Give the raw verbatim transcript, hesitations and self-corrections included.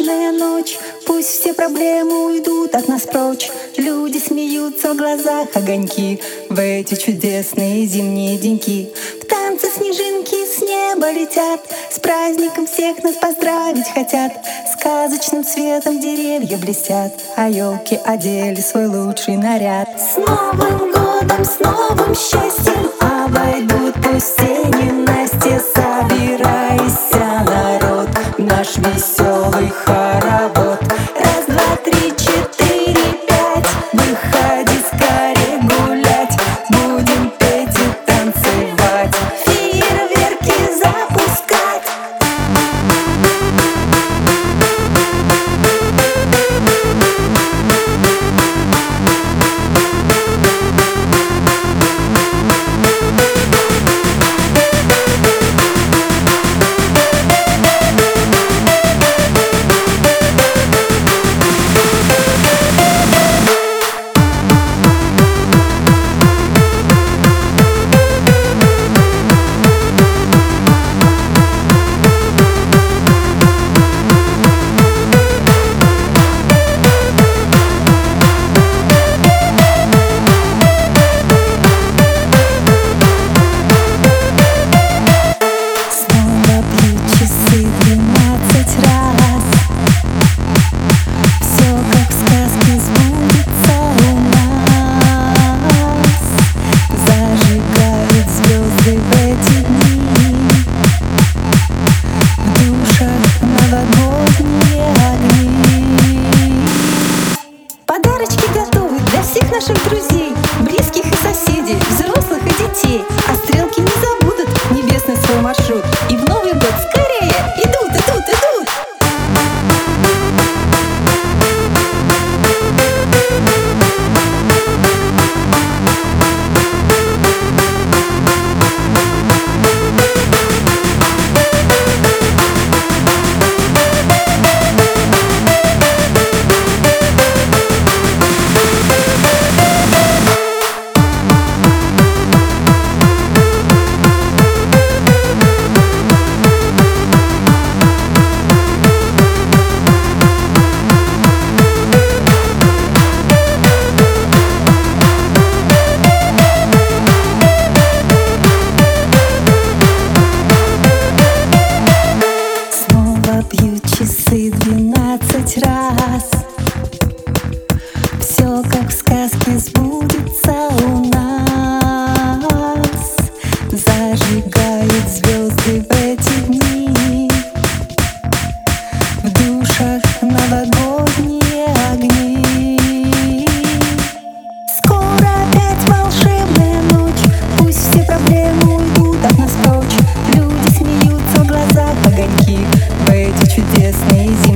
волшебная ночь, пусть все проблемы уйдут от нас прочь. Люди смеются, в глазах огоньки в эти чудесные зимние деньки. В танце снежинки с неба летят, с праздником всех нас поздравить хотят. Сказочным цветом деревья блестят, а елки одели свой лучший наряд. С Новым годом, с новым счастьем обойдут пусть все ненастья. Собирайся, народ, в наш веселый хоровод. Раз, два, три, четыре, пять, выходи скорее гулять. Будем петь и танцевать, фейерверки запускать. Подарочки готовы для всех наших друзей, близких и соседей, взрослых и детей. А стрелки не забудут небесный свой маршрут, и в Новый год скорее идут, идут, идут. Бьют часы двенадцать раз. Все как в сказке сбудется у нас. Зажигают звезды в эти дни, в душах новогодние огни. Скоро опять волшебная ночь, пусть все проблемы уйдут от нас прочь. Люди смеются, в глазах огоньки в эти чудесные зимы.